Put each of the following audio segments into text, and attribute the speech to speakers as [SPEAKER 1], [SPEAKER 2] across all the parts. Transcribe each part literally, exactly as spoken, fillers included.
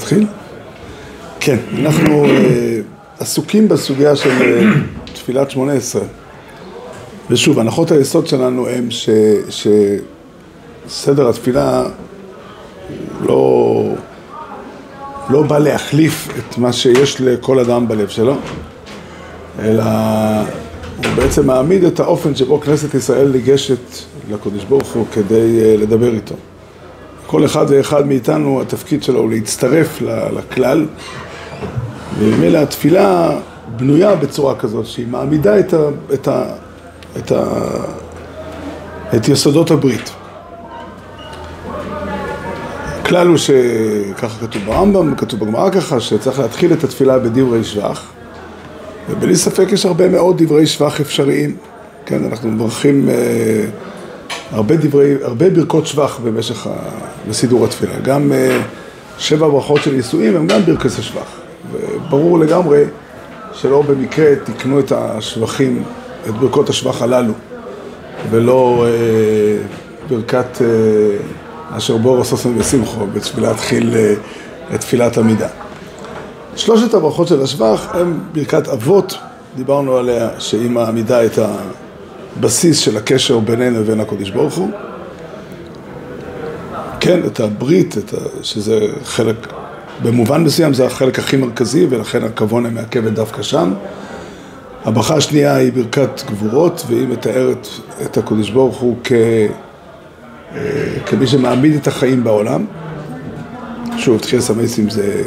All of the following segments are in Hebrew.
[SPEAKER 1] נתחיל? כן, אנחנו עסוקים בסוגיה של תפילת שמונה עשרה. ושוב, הנחות היסוד שלנו הם ש, שסדר התפילה לא, לא בא להחליף את מה שיש לכל אדם בלב שלו, אלא הוא בעצם מעמיד את האופן שבו כנסת ישראל ניגשת לקדוש ברוך הוא כדי לדבר איתו. כל אחד ואחד מאיתנו, התפקיד שלו הוא להצטרף לכלל, וממילא התפילה בנויה בצורה כזאת שהיא מעמידה את, ה, את, ה, את, ה, את יסודות הברית. הכלל הוא שככה כתוב ברמב"ם, כתוב בגמרא ככה, שצריך להתחיל את התפילה בדברי שבח, ובלי ספק יש הרבה מאוד דברי שבח אפשריים. כן, אנחנו מברכים אה, הרבה דברי, הרבה ברכות שבח במשך בסידור התפילה. גם אה, שבע ברכות של נישואים הם גם ברכות שבח. וברור לגמרי שלא במקרה תקנו את השבחים, את ברכות השבח הללו, ולא אה, ברכת אה, אשר בו רסוסן ושמחו, בתפילה תחיל אה, את תפילת עמידה. שלושת הברכות של השבח הם ברכת אבות, דיברנו עליה שהיא מעמידה את הבסיס של הקשר בינינו לבין הקדוש ברוך הוא. כן, את הברית, את ה... שזה חלק, במובן מסוים זה החלק הכי מרכזי, ולכן הכוונה מעכבת דווקא שם. הברכה השנייה היא ברכת גבורות, והיא מתארת את הקדוש ברוך הוא כ... כמי שמעמיד את החיים בעולם. שוב, תחיית המסים זה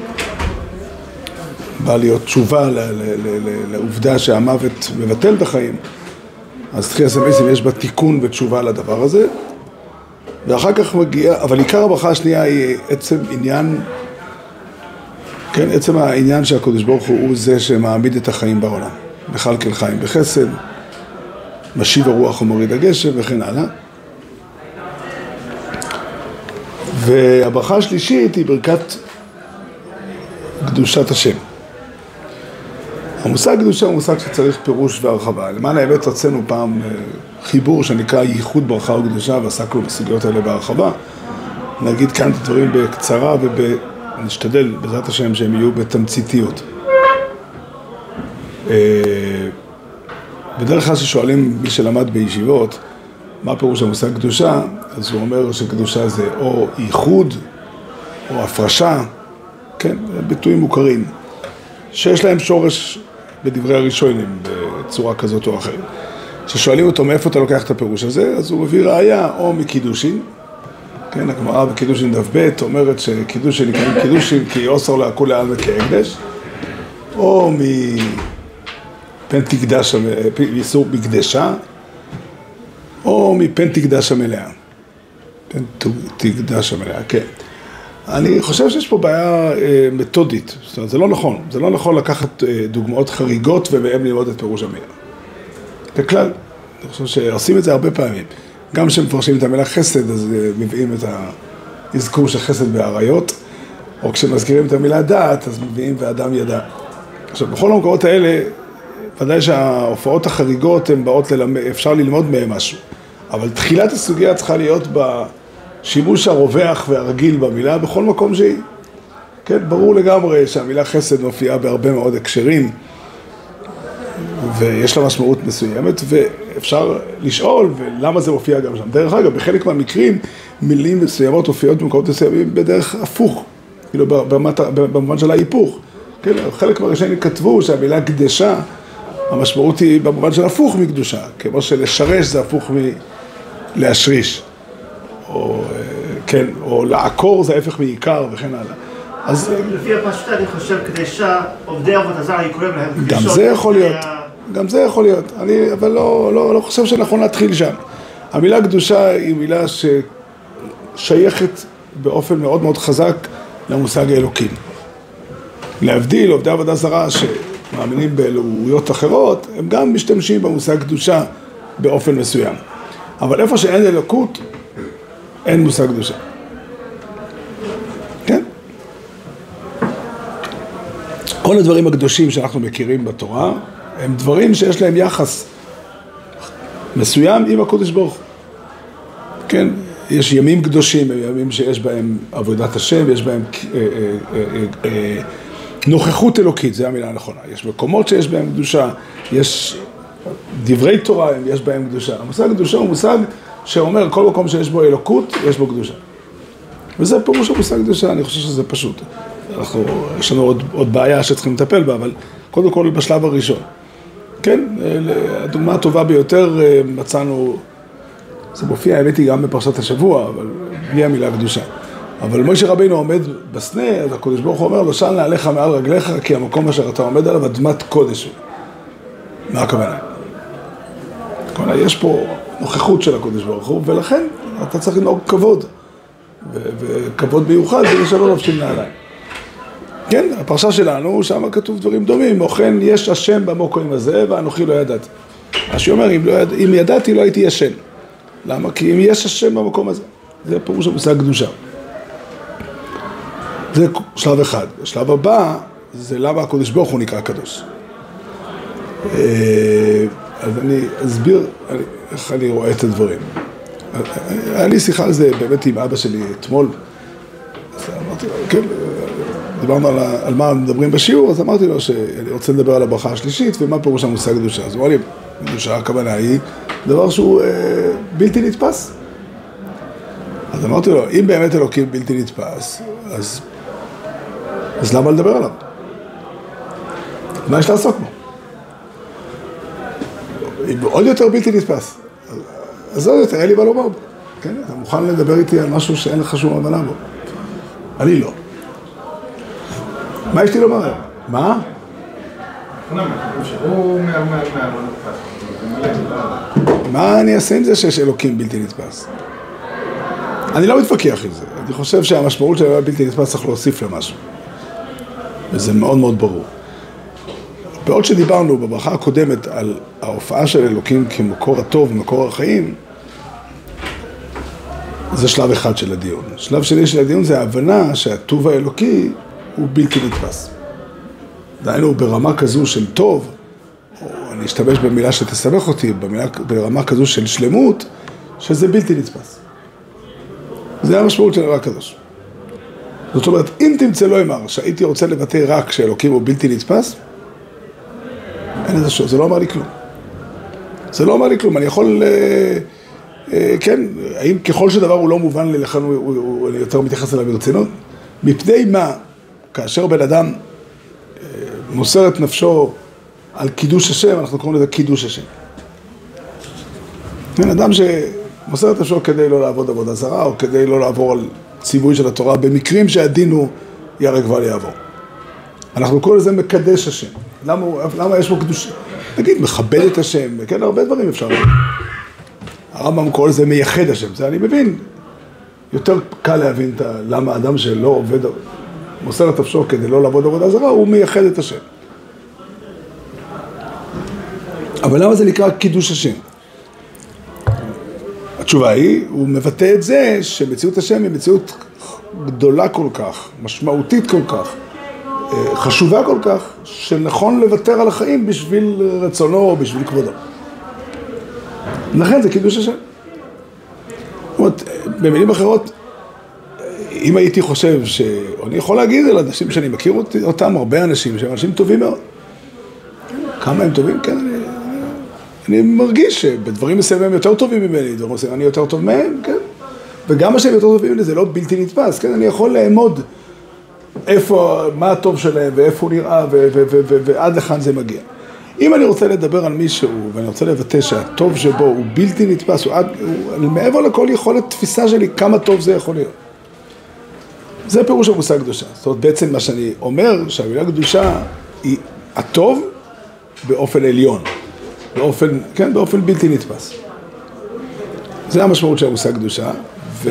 [SPEAKER 1] בא להיות תשובה ל... ל... ל... לעובדה שהמוות מבטל את החיים. אז תחיית המסים יש בה תיקון ותשובה לדבר הזה. ואחר כך מגיע, אבל עיקר הברכה השנייה היא עצם עניין, כן, עצם העניין שהקדוש ברוך הוא הוא זה שמעמיד את החיים בעולם. מחלקל חיים בחסד, משיב הרוח ומוריד הגשם וכן הלאה. והברכה השלישית היא ברכת קדושת השם. המושג קדושה הוא מושג שצריך פירוש והרחבה. למען האמת רצינו פעם חיבור שנקרא ייחוד ברכה וקדושה, ועסקנו בסוגיות האלה בהרחבה. נגיד כאן את הדברים בקצרה ונשתדל בעזרת השם שהם יהיו בתמציתיות. בדרך כלל ששואלים מי שלמד בישיבות מה פירוש המושג קדושה, אז הוא אומר שקדושה זה או ייחוד או הפרשה, כן, ביטויים מוכרים, שיש להם שורש בדברי הראשונים בצורה כזאת או אחרת. כששואלים אותו מאיפה אתה לוקח את הפירוש הזה, אז הוא מביא ראיה או מקידושין. כן, הגמרא בקידושין דף ב' אומרת שקידושין נקראים קידושין כי אוסר להכול לעלמא כהקדש, או מפן תקדש, איסור מקדשה, או מפן תקדש המלאה. פן תקדש המלאה, כן. אני חושב שיש פה בעיה מתודית, זאת אומרת, זה לא נכון. זה לא נכון לקחת דוגמאות חריגות ומהם ללמוד את פירוש המילה. בכלל, אני חושב שעושים את זה הרבה פעמים. גם כשמפרשים את המילה חסד, אז מביאים את האזכור של חסד בעריות, או כשמזכירים את המילה דעת, אז מביאים ואדם ידע. עכשיו, בכל המקומות האלה, ודאי שההופעות החריגות הן באות ללמד, אפשר ללמוד מהם משהו. אבל תחילת הסוגיה צריכה להיות בשימוש הרווח והרגיל במילה, בכל מקום שהיא. כן, ברור לגמרי שהמילה חסד מופיעה בהרבה מאוד הקשרים, ויש לה משמעות מסוימת, ואפשר לשאול ולמה זה מופיע גם שם. דרך אגב, בחלק מהמקרים, מילים מסוימות מופיעות במקומות מסוימים בדרך הפוך, כאילו במובן של ההיפוך. כן, חלק מהראשונים כתבו שהמילה קדשה, המשמעות היא במובן של הפוך מקדושה, כמו שלשרש זה הפוך מלהשריש, או, כן, או לעקור זה ההפך מעיקר וכן הלאה. אז
[SPEAKER 2] לפי הפשט אני חושב קדשה, עובדי עבודה זרה יקוראים להם קדשות.
[SPEAKER 1] גם זה יכול להיות, גם זה יכול להיות, אני אבל לא, לא, לא חושב שנכון להתחיל שם. המילה קדושה היא מילה ששייכת באופן מאוד מאוד חזק למושג האלוקים. להבדיל עובדי עבודה זרה שמאמינים באלוהויות אחרות, הם גם משתמשים במושג קדושה באופן מסוים. אבל איפה שאין אלוקות, אין מושג קדושה. כן? כל הדברים הקדושים שאנחנו מכירים בתורה, הם דברים שיש להם יחס מסוים עם הקדוש ברוך הוא. כן? יש ימים קדושים, ימים שיש בהם עבודת השם, יש בהם אה, אה, אה, אה, נוכחות אלוקית, זו המילה הנכונה. יש מקומות שיש בהם קדושה, יש דברי תורה, יש בהם קדושה. המושג קדושה הוא מושג שאומר, כל מקום שיש בו אלוקות, יש בו קדושה. וזה פירוש המושג קדושה, אני חושב שזה פשוט. אנחנו, יש לנו עוד, עוד בעיה שצריכים לטפל בה, אבל קודם כל בשלב הראשון. כן, הדוגמה הטובה ביותר מצאנו, זה מופיע, האמת היא גם בפרשת השבוע, אבל בלי המילה קדושה. אבל משה רבינו עומד בסנה, אז הקדוש ברוך הוא אומר לו, של נעליך מעל רגליך, כי המקום אשר אתה עומד עליו, אדמת קודש. מה הכוונה? כלומר, יש פה נוכחות של הקדוש ברוך הוא, ולכן אתה צריך לנהוג כבוד, וכבוד מיוחד, זה שלא לובשים נעליים. כן, הפרשה שלנו, שם כתוב דברים דומים, וכן יש השם במקום הזה, ואנוכי לא ידעתי. מה שאומר, אם, לא יד... אם ידעתי, לא הייתי ישן. למה? כי אם יש השם במקום הזה, זה פירוש המושג קדושה. זה שלב אחד. השלב הבא, זה למה הקדוש ברוך הוא נקרא קדוש. אז אני אסביר איך אני רואה את הדברים. היה לי שיחה על זה באמת עם אבא שלי אתמול. אז אמרתי לו, כן, דיברנו על, על מה מדברים בשיעור, אז אמרתי לו שאני רוצה לדבר על הברכה השלישית, ומה פירוש המושג קדושה. אז הוא אמר לי, קדושה הכוונה היא דבר שהוא אה, בלתי נתפס. אז אמרתי לו, אם באמת אלוקים בלתי נתפס, אז, אז למה לדבר עליו? מה יש לעסוק בו? אם עוד יותר בלתי נתפס, אז, אז עוד יותר, אין לי מה לומר בו. כן? אתה מוכן לדבר איתי על משהו שאין לך שום הבנה בו? אני לא. מה יש לי לומר? מה? מה אני אעשה עם זה שיש אלוקים בלתי נתפס? אני לא מתווכח עם זה. אני חושב שהמשמעות של בלתי נתפס צריך להוסיף למשהו. וזה מאוד מאוד ברור. בעוד שדיברנו בברכה הקודמת על ההופעה של אלוקים כמקור הטוב ומקור החיים, זה שלב אחד של הדיון. שלב שני של הדיון זה ההבנה שהטוב האלוקי הוא בלתי נתפס. דהיינו ברמה כזו של טוב, או אני אשתמש במילה שתסבך אותי, במילה, ברמה כזו של שלמות, שזה בלתי נתפס. זה המשמעות של דבר קדוש. זאת אומרת, אם תמצא לא אמר שהייתי רוצה לבטא רק שאלוקים הוא בלתי נתפס, אין איזה שוב, זה לא אמר לי כלום. זה לא אמר לי כלום, אני יכול, אה, אה, כן, האם ככל שדבר הוא לא מובן לי, לכן הוא, הוא, הוא, אני יותר מתייחס אליו ברצינות, מפני מה, כאשר בן אדם אה, מוסר את נפשו על קידוש השם, אנחנו קוראים לזה קידוש השם. בן אדם שמוסר את נפשו כדי לא לעבוד עבודה זרה, או כדי לא לעבור על ציווי של התורה, במקרים שהדין הוא ירק ועל יעבור. אנחנו קוראים לזה מקדש השם. למה, למה יש בו קדוש? נגיד, מכבד את השם, כן, הרבה דברים אפשר. הרמב"ם קורא לזה מייחד השם, זה אני מבין. יותר קל להבין את, למה אדם שלא עובד, מוסר את נפשו כדי לא לעבוד עבודה זרה, הוא מייחד את השם. אבל למה זה נקרא קידוש השם? התשובה היא, הוא מבטא את זה שמציאות השם היא מציאות גדולה כל כך, משמעותית כל כך, חשובה כל כך, שנכון לוותר על החיים בשביל רצונו או בשביל כבודו. לכן זה קידוש השם. זאת אומרת, במילים אחרות, אם הייתי חושב ש... אני יכול להגיד על אנשים שאני מכיר אותם, הרבה אנשים שהם אנשים טובים מאוד. כמה הם טובים? כן, אני, אני מרגיש שבדברים מסוימים הם יותר טובים ממני, דברים מסוימים אני יותר טוב מהם, כן. וגם מה שהם יותר טובים ממני זה לא בלתי נתפס, כן, אני יכול לעמוד איפה, מה הטוב שלהם ואיפה הוא נראה ו- ו- ו- ו- ועד לכאן זה מגיע. אם אני רוצה לדבר על מישהו ואני רוצה לבטא שהטוב שבו הוא בלתי נתפס, הוא עד, הוא, מעבר לכל יכולת תפיסה שלי כמה טוב זה יכול להיות. זה פירוש המושג קדושה. זאת אומרת, בעצם מה שאני אומר שהמילה קדושה היא הטוב באופן עליון, באופן, כן, באופן בלתי נתפס. זה המשמעות של המושג קדושה. ו...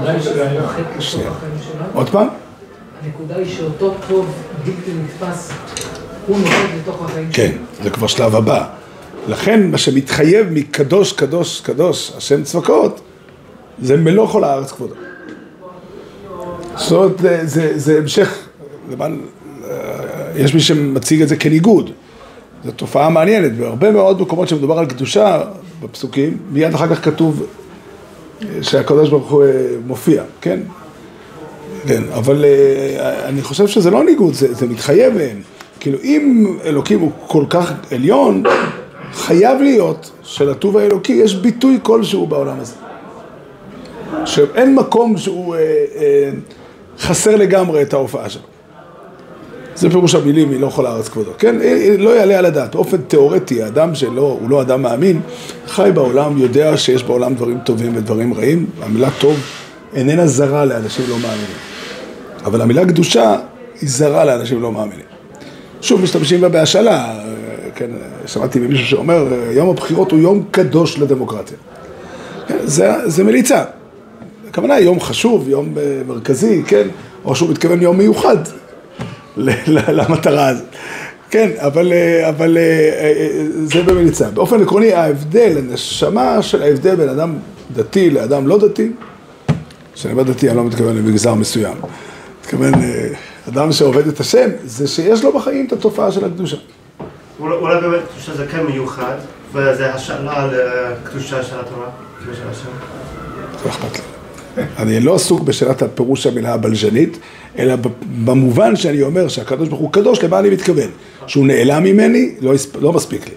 [SPEAKER 1] עוד פעם?
[SPEAKER 3] הנקודה היא שאותו טוב בלתי נתפס, הוא נוחת לתוך החיים שלו.
[SPEAKER 1] כן, זה כבר שלב הבא. לכן מה שמתחייב מקדוש, קדוש, קדוש, השם צבקות, זה מלוא כל הארץ כבודו. זאת אומרת, זה, זה, זה המשך, למען, יש מי שמציג את זה כניגוד. זו תופעה מעניינת, בהרבה מאוד מקומות שמדובר על קדושה בפסוקים, מיד אחר כך כתוב שהקדוש ברוך הוא מופיע, כן? כן, אבל אני חושב שזה לא ניגוד, זה, זה מתחייב מהם. כאילו, אם אלוקים הוא כל כך עליון, חייב להיות שלטוב האלוקי יש ביטוי כלשהו בעולם הזה. שאין מקום שהוא אה, אה, חסר לגמרי את ההופעה שלו. זה פירוש המילים, היא לא כל הארץ כבודו. כן, לא יעלה על הדעת. באופן תיאורטי, האדם שלא, הוא לא אדם מאמין, חי בעולם, יודע שיש בעולם דברים טובים ודברים רעים. המילה טוב איננה זרה לאנשים לא מאמינים. אבל המילה קדושה היא זרה לאנשים לא מאמינים. שוב, משתמשים בה בהשאלה. כן, שמעתי ממישהו שאומר, יום הבחירות הוא יום קדוש לדמוקרטיה. כן, זה, זה מליצה. הכוונה, יום חשוב, יום מרכזי, כן? או שהוא מתכוון יום מיוחד למטרה הזאת. כן, אבל, אבל זה במליצה. באופן עקרוני, ההבדל, הנשמה של ההבדל בין אדם דתי לאדם לא דתי, שאני אומר דתי, אני לא מתכוון למגזר מסוים. מתכוון, אדם שעובד את השם, זה שיש לו בחיים את התופעה של הקדושה.
[SPEAKER 2] אולי באמת קדושה זה כן מיוחד, וזה השאלה על קדושה של התורה, קדושה של השם.
[SPEAKER 1] זה אכפת לי. אני לא עסוק בשאלת הפירוש המילה הבלז'נית, אלא במובן שאני אומר שהקדוש ברוך הוא קדוש, למה אני מתכוון? שהוא נעלם ממני, לא, לא מספיק לי.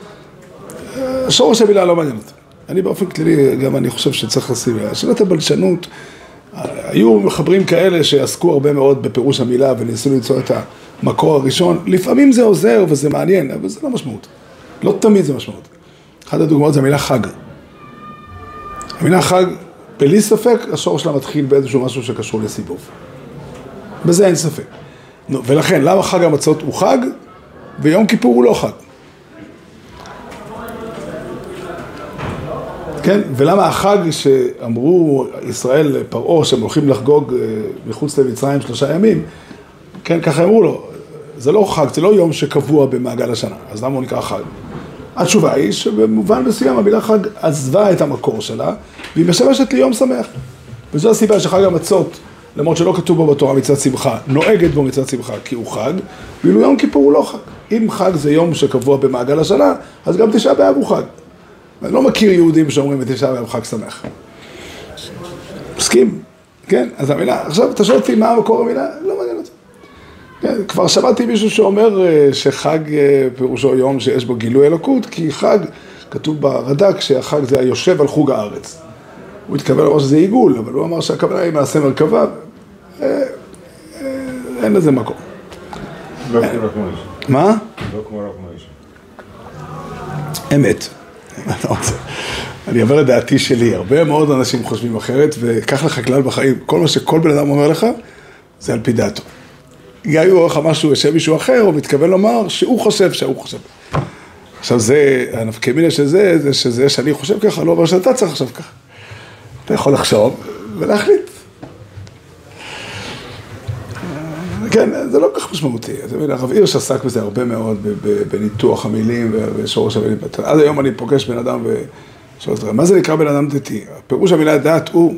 [SPEAKER 1] שורש המילה לא מעניין אותי. אני באופן כללי, גם אני חושב שצריך לשים, שאלת הבלשנות, היו מחברים כאלה שעסקו הרבה מאוד בפירוש המילה וניסו למצוא את המקור הראשון. לפעמים זה עוזר וזה מעניין, אבל זה לא משמעות. לא תמיד זה משמעות. אחת הדוגמאות זה המילה חג. המילה חג, בלי ספק, השורש שלה מתחיל באיזשהו משהו שקשור לסיבוב. בזה אין ספק. ולכן, למה חג המצות הוא חג, ויום כיפור הוא לא חג? כן? ולמה החג שאמרו ישראל פרעה, שהם הולכים לחגוג מחוץ למצרים שלושה ימים, כן, ככה אמרו לו, זה לא חג, זה לא יום שקבוע במעגל השנה, אז למה הוא נקרא חג? התשובה היא שבמובן מסוים המילה חג עזבה את המקור שלה, והיא משמשת ליום שמח. וזו הסיבה שחג המצות, למרות שלא כתוב בו בתורה מצוות שמחה, נוהגת בו מצוות שמחה כי הוא חג, ואילו יום כיפור הוא לא חג. אם חג זה יום שקבוע במעגל השנה, אז גם תשעה באב הוא חג. אני לא מכיר יהודים שאומרים את תשעה באב חג שמח. מסכים? כן? אז המילה, עכשיו אתה שואל אותי מה המקור המילה? לא מעניין אותי. כן, כבר שמעתי מישהו שאומר שחג פירושו יום שיש בו גילוי אלוקות, כי חג, כתוב ברד"ק שהחג זה היושב על חוג הארץ. הוא התכוון לומר שזה עיגול, אבל הוא אמר שהכוונה היא מעשה מרכבה, אין לזה מקום.
[SPEAKER 4] לא כמו רק מויש.
[SPEAKER 1] מה?
[SPEAKER 4] לא כמו רק מויש.
[SPEAKER 1] אמת. אני אעבר לדעתי שלי, הרבה מאוד אנשים חושבים אחרת, וכך לך כלל בחיים, כל מה שכל בן אדם אומר לך, זה על פי דעתו. גם אם הוא אומר לך משהו בשם מישהו אחר, הוא מתכוון לומר שהוא חושב שהוא חושב. עכשיו זה, הנפקא מינה של זה, זה שזה שאני חושב ככה, לא אומר שאתה צריך לחשוב ככה. אתה יכול לחשוב ולהחליט. כן, זה לא כך משמעותי. הרב הירש עסק בזה הרבה מאוד, בניתוח המילים ושורש המילים. עד היום אני פוגש בן אדם ושואל אותך, מה זה נקרא בן אדם דתי? פירוש המילה דת הוא,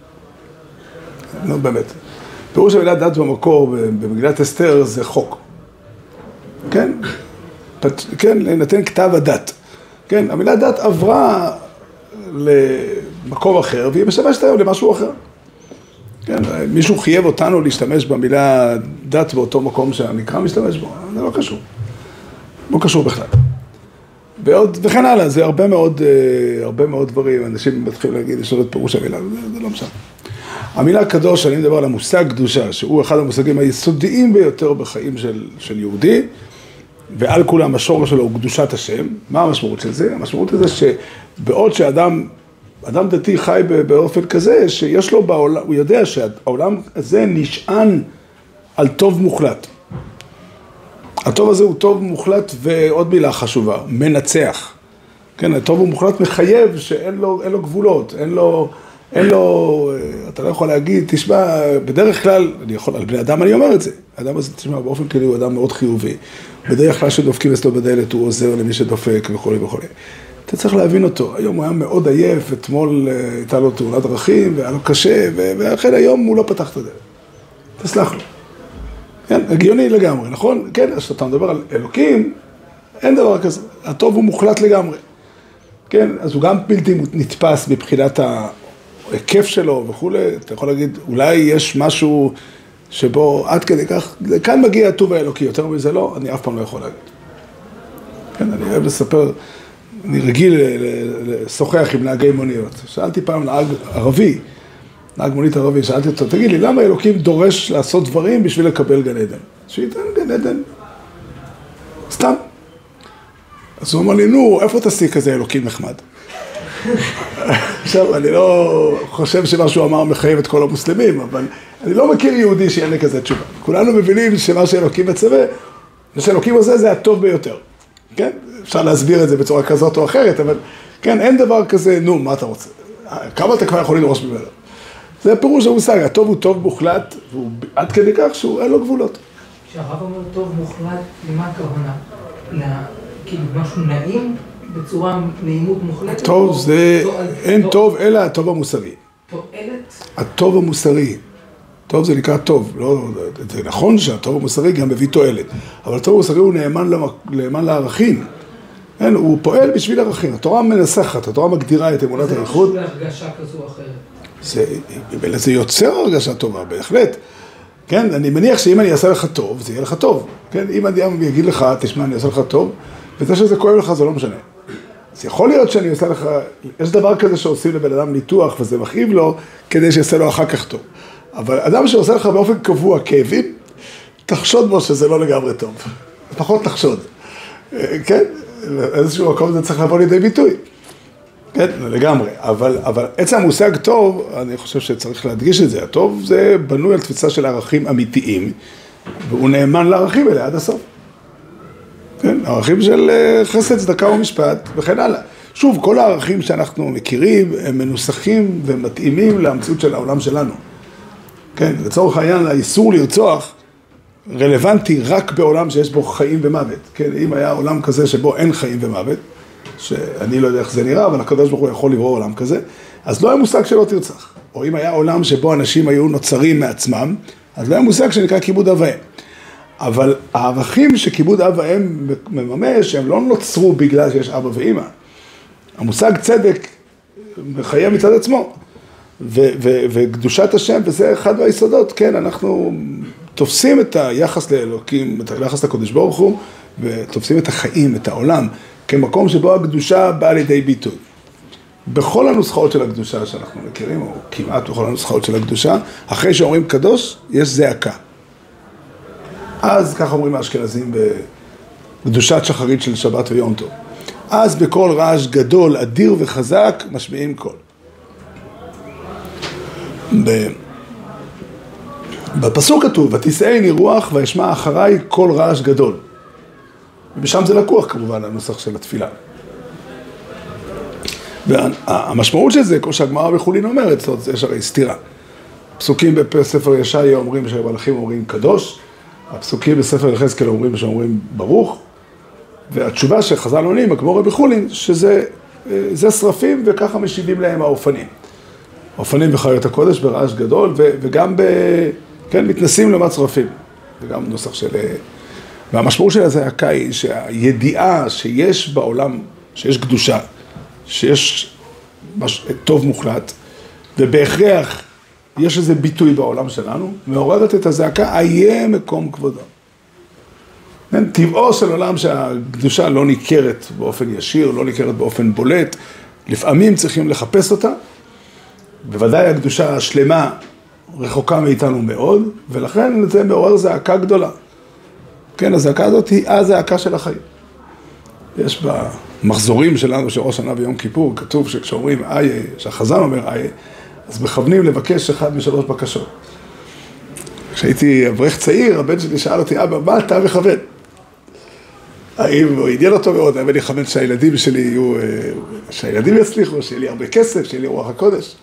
[SPEAKER 1] לא באמת, פירוש המילה דת במקור, במגילת אסתר, זה חוק. כן? כן, לנתן כתב הדת. כן, המילה דת עברה למקום אחר, והיא משמשת היום למשהו אחר. כן, מישהו חייב אותנו להשתמש במילה דת באותו מקום שהנקרא משתמש בו, זה לא קשור. לא קשור בכלל. ועוד, וכן הלאה, זה הרבה מאוד, הרבה מאוד דברים, אנשים מתחילים להגיד, יש לו את פירוש המילה, זה, זה לא משנה. המילה קדוש, אני מדבר על המושג קדושה, שהוא אחד המושגים היסודיים ביותר בחיים של, של יהודי, ועל כולם השורש שלו הוא קדושת השם. מה המשמעות של זה? המשמעות הזה שבעוד שאדם, אדם דתי חי באופן כזה, שיש לו בעולם, הוא יודע שהעולם הזה נשען על טוב מוחלט. הטוב הזה הוא טוב מוחלט, ועוד מילה חשובה, מנצח. כן, הטוב הוא מוחלט מחייב שאין לו, אין לו גבולות, אין לו, אין לו, אתה לא יכול להגיד, תשמע, בדרך כלל, אני יכול, על בני אדם אני אומר את זה, האדם הזה, תשמע, באופן כללי הוא אדם מאוד חיובי. בדרך כלל שדופקים אצלו בדלת, הוא עוזר למי שדופק וכו' וכו'. אתה צריך להבין אותו, היום הוא היה מאוד עייף, אתמול הייתה לו תאונת דרכים, והיה לו קשה, ולכן היום הוא לא פתח את הדלת. תסלח לו. כן, הגיוני לגמרי, נכון? כן, אז כשאתה מדבר על אלוקים, אין דבר כזה. הטוב הוא מוחלט לגמרי. כן, אז הוא גם בלתי נתפס מבחינת ההיקף שלו וכולי, אתה יכול להגיד, אולי יש משהו שבו עד כדי כך, כאן מגיע הטוב האלוקי, יותר מזה לא, אני אף פעם לא יכול להגיד. כן, אני אוהב לספר, אני רגיל לשוחח עם נהגי מוניות. שאלתי פעם נהג ערבי, נהג מונית ערבי, שאלתי אותו, תגיד לי, למה אלוקים דורש לעשות דברים בשביל לקבל גן עדן? שייתן גן עדן. סתם. אז הוא אמר לי, נו, איפה תעשי כזה אלוקים נחמד? עכשיו, אני לא חושב שמה שהוא אמר מחייב את כל המוסלמים, אבל אני לא מכיר יהודי שיענה כזה תשובה. כולנו מבינים שמה שאלוקים מצווה, מה שאלוקים עושה זה הטוב ביותר. כן? אפשר להסביר את זה בצורה כזאת או אחרת, אבל כן, אין דבר כזה, נו, מה אתה רוצה? כמה אתה כבר יכול לדרוש ממנו? זה הפירוש המושג, הטוב הוא טוב מוחלט, והוא עד כדי כך שהוא אין לו גבולות.
[SPEAKER 3] כשהרב אומר טוב מוחלט, למה הכוונה? כאילו משהו נעים בצורה נעימות מוחלטת?
[SPEAKER 1] טוב זה, אין טוב אלא הטוב המוסרי.
[SPEAKER 3] תועלת?
[SPEAKER 1] הטוב המוסרי. טוב זה נקרא טוב, לא, זה נכון שהטוב המוסרי גם מביא תועלת, אבל הטוב המוסרי הוא נאמן, נאמן לערכים. אין, הוא פועל בשביל ערכים. התורה מנסחת, התורה מגדירה את אמונת הייחוד.
[SPEAKER 3] זה משהו להרגשה כזו או אחרת.
[SPEAKER 1] זה, זה יוצר הרגשה טובה, בהחלט. כן, אני מניח שאם אני אעשה לך טוב, זה יהיה לך טוב. כן, אם אני אגיד לך, תשמע, אני אעשה לך טוב, וזה שזה כואב לך, זה לא משנה. אז יכול להיות שאני עושה לך, יש דבר כזה שעושים לבן אדם ניתוח, וזה מכאיב לו, כדי שיעשה לו אחר כך טוב. אבל אדם שעושה לך באופן קבוע כאבים, תחשוד בו שזה לא לגמרי טוב. פחות תחשוד. כן, איזשהו מקום זה צריך לבוא לידי ביטוי. כן, לגמרי. אבל, אבל עצם המושג טוב, אני חושב שצריך להדגיש את זה. הטוב זה בנוי על תפיסה של ערכים אמיתיים, והוא נאמן לערכים האלה עד הסוף. כן, ערכים של חסד, צדקה ומשפט וכן הלאה. שוב, כל הערכים שאנחנו מכירים הם מנוסחים ומתאימים למציאות של העולם שלנו. כן, לצורך העניין, האיסור לרצוח רלוונטי רק בעולם שיש בו חיים ומוות. כן, אם היה עולם כזה שבו אין חיים ומוות, שאני לא יודע איך זה נראה, אבל הקדוש ברוך הוא יכול לברוא עולם כזה, אז לא היה מושג שלא תרצח. או אם היה עולם שבו אנשים היו נוצרים מעצמם, אז לא היה מושג שנקרא כיבוד אב ואם. אבל הערכים שכיבוד אב ואם מממש, הם לא נוצרו בגלל שיש אבא ואמא. המושג צדק מחייב מצד עצמו. ו- ו- וקדושת השם, וזה אחד מהיסודות, כן, אנחנו תופסים את היחס לאלוקים, את היחס לקדוש ברוך הוא, ותופסים את החיים, את העולם, כמקום שבו הקדושה באה לידי ביטוי. בכל הנוסחאות של הקדושה שאנחנו מכירים, או כמעט בכל הנוסחאות של הקדושה, אחרי שאומרים קדוש, יש זעקה. אז ככה אומרים האשכנזים בקדושת שחרית של שבת ויום טוב. אז בכל רעש גדול, אדיר וחזק, משמיעים קול. בפסוק כתוב, ותישאני רוח וישמע אחריי קול רעש גדול. ובשם זה לקוח כמובן הנוסח של התפילה. והמשמעות של זה, כמו שהגמרא בחולין אומרת, זאת אומרת, יש הרי סתירה. פסוקים בספר ישעיה אומרים שהמלאכים אומרים קדוש, הפסוקים בספר יחזקאל אומרים שאומרים ברוך, והתשובה שחז"ל עונים, הגמרא בחולין, שזה זה שרפים וככה משיבים להם האופנים. האופנים בחיות הקודש ברעש גדול, וגם ב... כן, מתנסים לעומת שרפים. זה גם נוסח של... והמשמעות של הזעקה היא שהידיעה שיש בעולם, שיש קדושה, שיש מש... טוב מוחלט, ובהכרח יש איזה ביטוי בעולם שלנו, מעוררת את הזעקה, איה מקום כבודו. כן, טבעו של עולם שהקדושה לא ניכרת באופן ישיר, לא ניכרת באופן בולט, לפעמים צריכים לחפש אותה, בוודאי הקדושה השלמה רחוקה מאיתנו מאוד, ולכן זה מעורר זעקה גדולה. כן, הזעקה הזאת היא הזעקה של החיים. יש במחזורים שלנו של ראש השנה ויום כיפור, כתוב שכשאומרים איה, שהחזן אומר איה, אז מכוונים לבקש אחד משלוש בקשות. כשהייתי אברך צעיר, הבן שלי שאל אותי, אבא, מה אתה מכוון? האם הוא עניין אותו מאוד, האם אני מכוון שהילדים שלי יהיו, שהילדים יצליחו, שיהיה לי הרבה כסף, שיהיה לי רוח הקודש.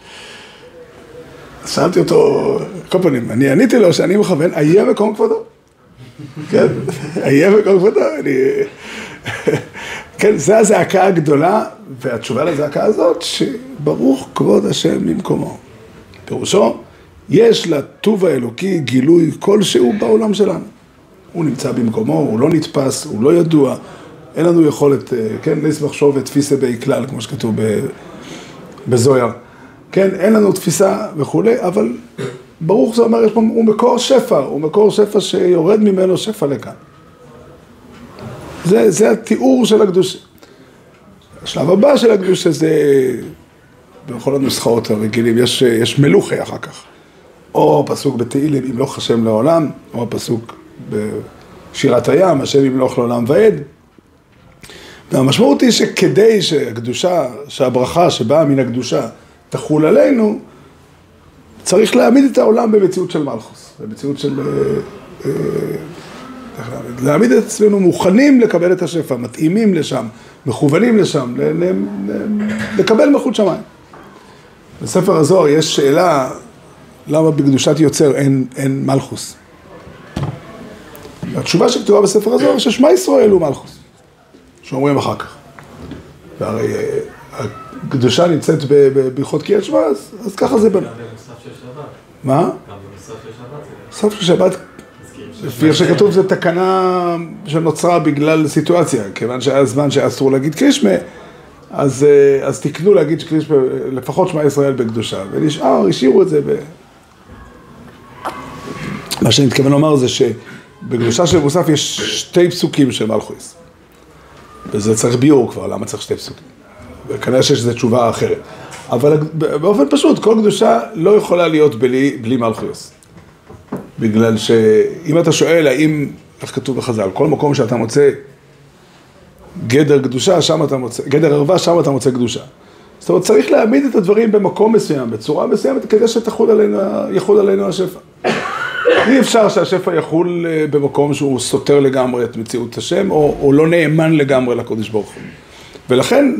[SPEAKER 1] שאלתי אותו, כל פנים, אני עניתי לו שאני מכוון, איה מקום כבודו. כן, איה מקום כבודו, אני... כן, זה הזעקה הגדולה, והתשובה לזעקה הזאת, שברוך כבוד השם למקומו. פירושו, יש לטוב האלוקי גילוי כלשהו בעולם שלנו. הוא נמצא במקומו, הוא לא נתפס, הוא לא ידוע, אין לנו יכולת, כן, נסמך שוב ותפיסה בי כלל, כמו שכתוב בזויר. כן, אין לנו תפיסה וכולי, אבל ברוך זה אומר, הוא מקור שפע, הוא מקור שפע שיורד ממנו שפע לכאן. זה, זה התיאור של הקדושה. השלב הבא של הקדושה זה, בכל הנוסחאות הרגילים, יש, יש מלוכה אחר כך. או פסוק בתהילים, ימלוך השם לעולם, או פסוק בשירת הים, השם ימלוך לעולם ועד. והמשמעות היא שכדי שהקדושה, שהברכה שבאה מן הקדושה תחול עלינו, צריך להעמיד את העולם במציאות של מלכוס, במציאות של... להעמיד את עצמנו מוכנים לקבל את השפע, מתאימים לשם, מכוונים לשם, לקבל מלכות שמיים. בספר הזוהר יש שאלה, למה בקדושת יוצר אין, אין מלכוס? התשובה שכתובה בספר הזוהר, ששמע ישראל הוא מלכוס, שאומרים אחר כך. והרי הקדושה נמצאת בהלכות קריאת שמע, אז, אז ככה זה בנה. מה? גם בנוסף של שבת. סוף של שבת, לפי איך שכתוב, זה תקנה שנוצרה בגלל סיטואציה, כיוון שהיה זמן שאסור להגיד קרישמה, אז, אז תקנו להגיד קרישמה, לפחות שמע ישראל בקדושה, ונשאר, השאירו את זה ב... מה שאני מתכוון לומר זה שבקדושה של מוסף יש שתי פסוקים של מלכוס. וזה צריך ביור כבר, למה צריך שתי פסוקים? וכנראה שיש לזה תשובה אחרת. אבל באופן פשוט, כל קדושה לא יכולה להיות בלי, בלי מלכוס. בגלל שאם אתה שואל האם, איך כתוב בחז"ל, כל מקום שאתה מוצא גדר קדושה, שם אתה מוצא, גדר ערווה, שם אתה מוצא קדושה. זאת אומרת, צריך להעמיד את הדברים במקום מסוים, בצורה מסוימת, כדי שתחול עלינו, יחול עלינו השפע. אי אפשר שהשפע יחול במקום שהוא סותר לגמרי את מציאות השם, או, או לא נאמן לגמרי לקודש ברוך הוא. ולכן,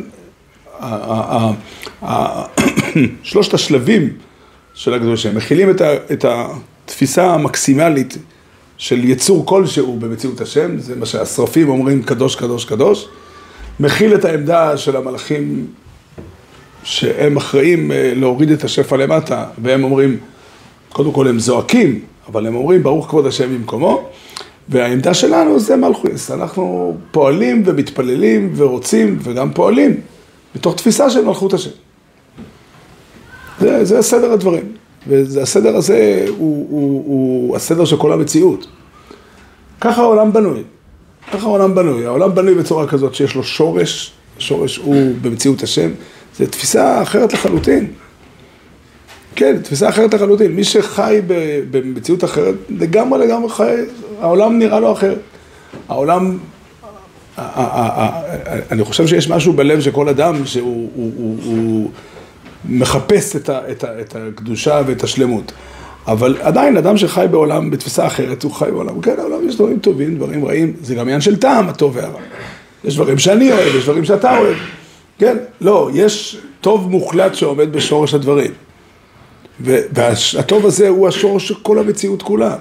[SPEAKER 1] שלושת השלבים של הקדושה מכילים את, ה, את התפיסה המקסימלית של יצור כלשהו במציאות השם, זה מה שהשרפים אומרים קדוש, קדוש, קדוש, מכיל את העמדה של המלאכים שהם אחראים להוריד את השפע למטה, והם אומרים, קודם כל הם זועקים, אבל הם אומרים ברוך כבוד השם במקומו, והעמדה שלנו זה מלכוס, אנחנו פועלים ומתפללים ורוצים וגם פועלים בתוך תפיסה של מלכות השם. זה, זה הסדר הדברים, והסדר הזה הוא, הוא, הוא הסדר של כל המציאות. ככה העולם בנוי, ככה העולם בנוי, העולם בנוי בצורה כזאת שיש לו שורש, שורש הוא במציאות השם, זה תפיסה אחרת לחלוטין. כן, תפיסה אחרת לחלוטין. מי שחי במציאות אחרת, לגמרי לגמרי חי, העולם נראה לו אחרת. העולם, אני חושב שיש משהו בלב של כל אדם שהוא הוא, הוא, הוא מחפש את, ה, את, ה, את הקדושה ואת השלמות. אבל עדיין, אדם שחי בעולם בתפיסה אחרת, הוא חי בעולם. כן, העולם יש דברים טובים, דברים רעים, זה גם עניין של טעם, הטוב והרע. יש דברים שאני אוהב, יש דברים שאתה אוהב. כן, לא, יש טוב מוחלט שעומד בשורש הדברים. והטוב הזה הוא השורש של כל המציאות כולה.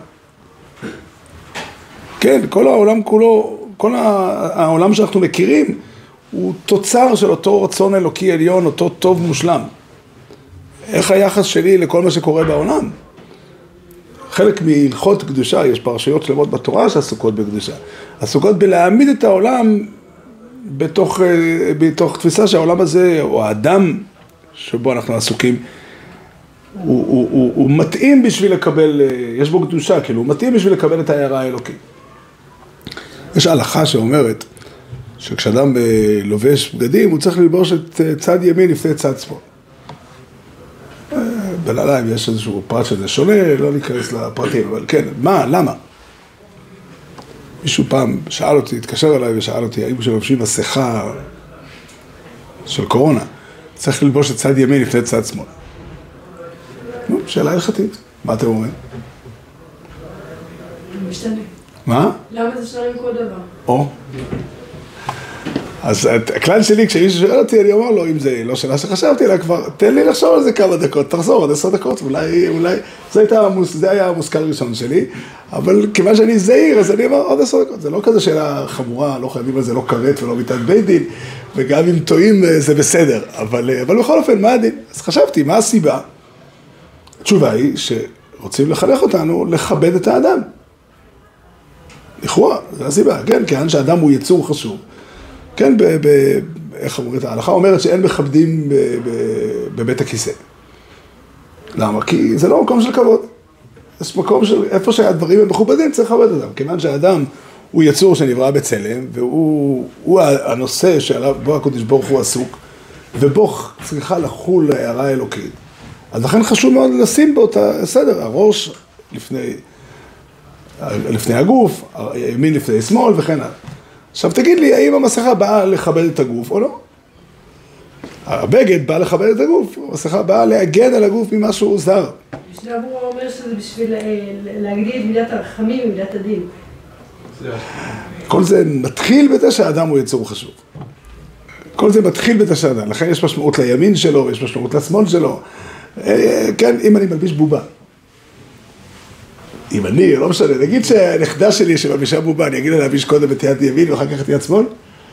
[SPEAKER 1] כן, כל העולם כולו, כל העולם שאנחנו מכירים, הוא תוצר של אותו רצון אלוקי עליון, אותו טוב מושלם. איך היחס שלי לכל מה שקורה בעולם? חלק מהלכות קדושה, יש פרשיות שלמות בתורה שעסוקות בקדושה. עסוקות בלהעמיד את העולם בתוך, בתוך תפיסה שהעולם הזה, או האדם שבו אנחנו עסוקים, הוא, הוא, הוא, הוא מתאים בשביל לקבל, יש בו קדושה, כאילו, הוא מתאים בשביל לקבל את ההערה האלוקית. יש הלכה שאומרת שכשאדם לובש בגדים, הוא צריך ללבוש את צד ימין לפני צד שמאל. בנעליים יש איזשהו פרט שזה שונה, לא ניכנס לפרטים, אבל כן, מה, למה? מישהו פעם שאל אותי, התקשר אליי ושאל אותי, האם כשלובשים מסכה של קורונה, צריך ללבוש את צד ימין לפני צד שמאל. נו, שאלה הלכתית. מה אתם אומרים?
[SPEAKER 5] משתנה.
[SPEAKER 1] מה?
[SPEAKER 5] למה זה שונה מכל דבר?
[SPEAKER 1] או. אז הכלל שלי, כשמישהו שואל אותי, אני אומר לו, אם זה לא שאלה שחשבתי לה כבר, תן לי לחשוב על זה כמה דקות, תחזור עוד עשר דקות, אולי, אולי, זה, הייתה, זה היה המושכל הראשון שלי, אבל כיוון שאני זהיר, אז אני אומר עוד עשר דקות, זה לא כזה שאלה חמורה, לא חייבים על זה לא קראת ולא מיטת בית דין, וגם אם טועים זה בסדר, אבל, אבל בכל אופן, מה הדין? אז חשבתי, מה הסיבה? התשובה היא שרוצים לחנך אותנו לכבד את האדם. לכאורה, זה הסיבה, כן, כיוון שהאדם הוא יצור חשוב. כן, ב, ב, איך אומרת, ההלכה אומרת שאין מכבדים ב, ב, בבית הכיסא. למה? כי זה לא מקום של כבוד. יש מקום של איפה שהדברים הם מכובדים, צריך לכבד אותם. כיוון שהאדם הוא יצור שנברא בצלם, והוא הנושא שעליו בו הקדוש ברוך הוא עסוק, ובו צריכה לחול הערה האלוקית. אז לכן חשוב מאוד לשים באותה סדר, הראש לפני, לפני הגוף, ימין לפני שמאל וכן הלאה. עכשיו תגיד לי, האם המסכה באה לכבד את הגוף או לא? הבגד בא לכבד את הגוף, המסכה באה להגן על הגוף ממשהו זר.
[SPEAKER 5] משנה ברורה אומר שזה בשביל להגדיל את מידת הרחמים ומידת הדין.
[SPEAKER 1] כל זה מתחיל בזה שהאדם הוא יצור חשוב. כל זה מתחיל בזה שהאדם, לכן יש משמעות לימין שלו ויש משמעות לשמאל שלו. כן, אם אני מלביש בובה. אם אני, לא משנה, נגיד שהנכדה שלי שמלבישה בובה, אני אגיד לה להלביש קודם את יד ימין ואחר כך את יד שמאל.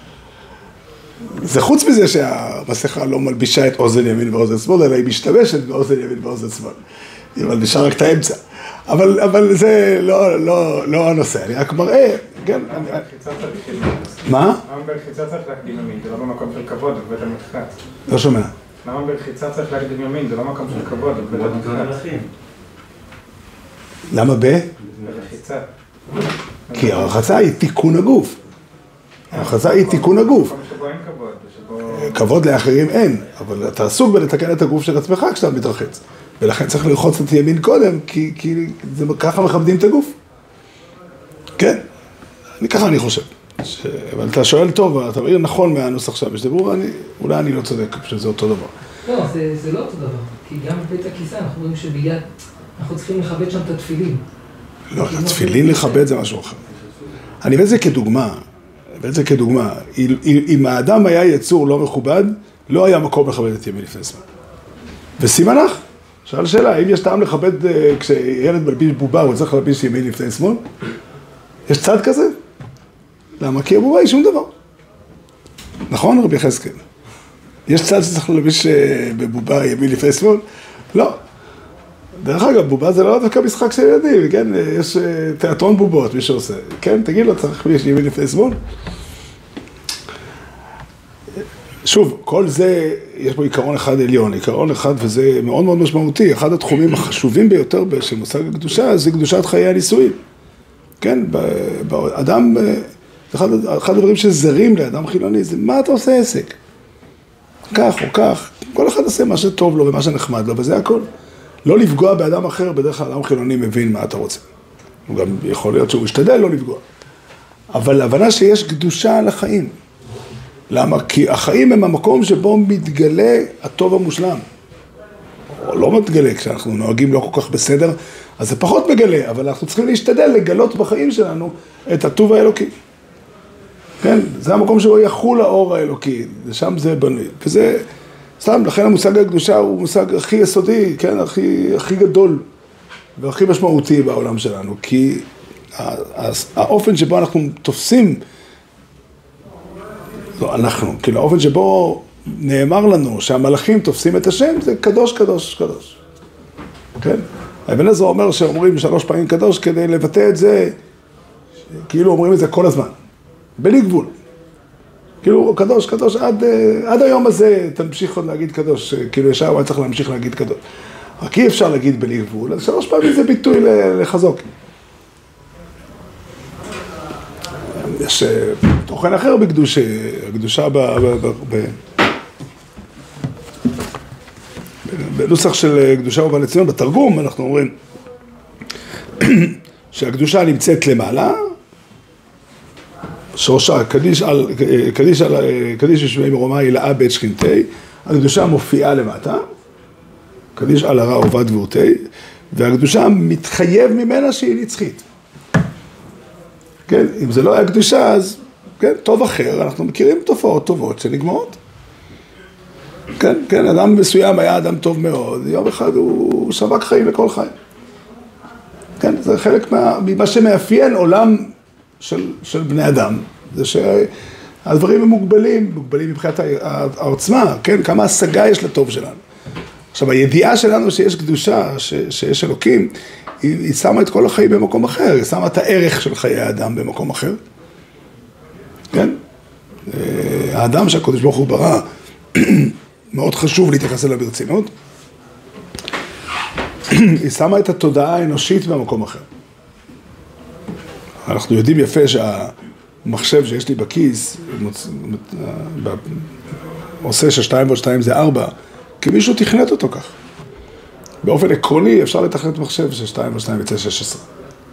[SPEAKER 1] זה חוץ מזה שהמסכה לא מלבישה את אוזן ימין ואוזן שמאל, אלא היא משתמשת באוזן ימין ואוזן שמאל. היא מלבישה רק את האמצע. אבל, אבל זה לא, לא, לא הנושא, אני רק מראה, כן. מה?
[SPEAKER 6] למה ברחיצה צריך להקדים ימין? זה לא במקום של כבוד, זה בבית המרחץ.
[SPEAKER 1] לא שומע.
[SPEAKER 6] למה ברחיצה צריך להקדים ימין? זה לא מקום של כבוד, זה בבית המרחץ.
[SPEAKER 1] למה ב?
[SPEAKER 6] ברחיצה.
[SPEAKER 1] כי הרחצה היא תיקון הגוף. הרחצה היא תיקון הגוף.
[SPEAKER 6] במקום שבו אין כבוד, שבו...
[SPEAKER 1] כבוד לאחרים אין, אבל אתה עסוק בלתקן את הגוף של עצמך כשאתה מתרחץ. ולכן צריך לרחוץ את ימין קודם, כי, כי זה, ככה מכבדים את הגוף. כן, אני, ככה אני חושב. ש... אבל אתה שואל טוב, אתה אומר נכון מהנוסח שם, שדבור, אני, אולי אני לא צודק, שזה אותו דבר.
[SPEAKER 3] לא, זה, זה לא אותו דבר, כי גם בבית הכיסא אנחנו רואים שביד, אנחנו צריכים לכבד שם את התפילין.
[SPEAKER 1] לא, התפילין לכבד זה משהו אחר. אני מביא את זה כדוגמה, מביא את זה כדוגמה. אם האדם היה יצור לא מכובד, לא היה מקום לכבד את ימין לפני זמן. וסימנך, שאל שאלה, האם יש טעם לכבד כשילד מלביש בובה, הוא צריך להלביש ימין לפני שמאל? יש צד כזה? למה? כי הבובה היא שום דבר. נכון, רבי חזקאל? יש צד שצריך להלביש בבובה ימין לפני שמאל? לא. דרך אגב, בובה זה לא דווקא משחק של ילדים, כן? יש תיאטרון בובות, מי שעושה. כן, תגיד לו, צריך להלביש ימין לפני שמאל? שוב, כל זה, יש בו עיקרון אחד עליון, עיקרון אחד, וזה מאוד מאוד משמעותי. אחד התחומים החשובים ביותר של מושג הקדושה, זה קדושת חיי הנישואים. כן, באדם, אחד, אחד הדברים שזרים לאדם חילוני, זה מה אתה עושה עסק? כך או כך, כל אחד עושה מה שטוב לו ומה שנחמד לו, וזה הכל. לא לפגוע באדם אחר, בדרך כלל אדם חילוני מבין מה אתה רוצה. הוא גם יכול להיות שהוא ישתדל לא לפגוע. אבל ההבנה שיש קדושה על החיים. למה? כי החיים הם המקום שבו מתגלה הטוב המושלם. או לא מתגלה, כשאנחנו נוהגים לא כל כך בסדר, אז זה פחות מגלה, אבל אנחנו צריכים להשתדל לגלות בחיים שלנו את הטוב האלוקי. כן? זה המקום שבו יחול האור האלוקי, ושם זה בנוי. וזה, סתם, לכן המושג הקדושה הוא מושג הכי יסודי, כן? הכי, הכי גדול והכי משמעותי בעולם שלנו, כי האופן שבו אנחנו תופסים, לא, אנחנו, כאילו האופן שבו נאמר לנו שהמלאכים תופסים את השם, זה קדוש, קדוש, קדוש. כן? האבן עזרא אומר שאומרים שלוש פעמים קדוש כדי לבטא את זה, כאילו אומרים את זה כל הזמן, בלי גבול. כאילו קדוש, קדוש, עד, עד היום הזה תמשיך עוד להגיד קדוש, כאילו ישר הוא צריך להמשיך להגיד קדוש. רק אי אפשר להגיד בלי גבול, אז שלוש פעמים זה ביטוי לחזוק. יש תוכן אחר בקדושה, הקדושה ב... ב, ב בנוסח של קדושה ובא לציון, בתרגום אנחנו אומרים שהקדושה נמצאת למעלה, שורשה קדיש על, קדיש על, קדיש ישמעי מרומא הילאה בית שכינתי, הקדושה מופיעה למטה, קדיש על הרע עובד ועותי, והקדושה מתחייב ממנה שהיא נצחית. כן, אם זה לא היה קדושה, אז כן, טוב אחר, אנחנו מכירים תופעות טובות שנגמרות. כן, כן, אדם מסוים היה אדם טוב מאוד, יום אחד הוא שווק חיים לכל חיים. כן, זה חלק מה, ממה שמאפיין עולם של, של בני אדם, זה שהדברים הם מוגבלים, מוגבלים מבחינת העוצמה, כן, כמה השגה יש לטוב שלנו. עכשיו, הידיעה שלנו שיש קדושה, ש, שיש אלוקים, היא, היא שמה את כל החיים במקום אחר, היא שמה את הערך של חיי האדם במקום אחר. כן? האדם שהקדוש ברוך הוא ברא, מאוד חשוב להתייחס אליו ברצינות. היא שמה את התודעה האנושית במקום אחר. אנחנו יודעים יפה שהמחשב שיש לי בכיס, עושה ששתיים ועוד שתיים זה ארבע, כי מישהו תכנת אותו כך. באופן עקרוני אפשר לתכנת מחשב ששתיים ועוד שתיים יצא שש עשרה.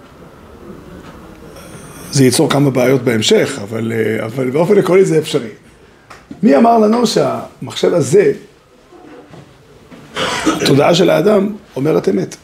[SPEAKER 1] זה ייצור כמה בעיות בהמשך, אבל, אבל באופן עקרוני זה אפשרי. מי אמר לנו שהמחשב הזה, התודעה של האדם, אומרת אמת?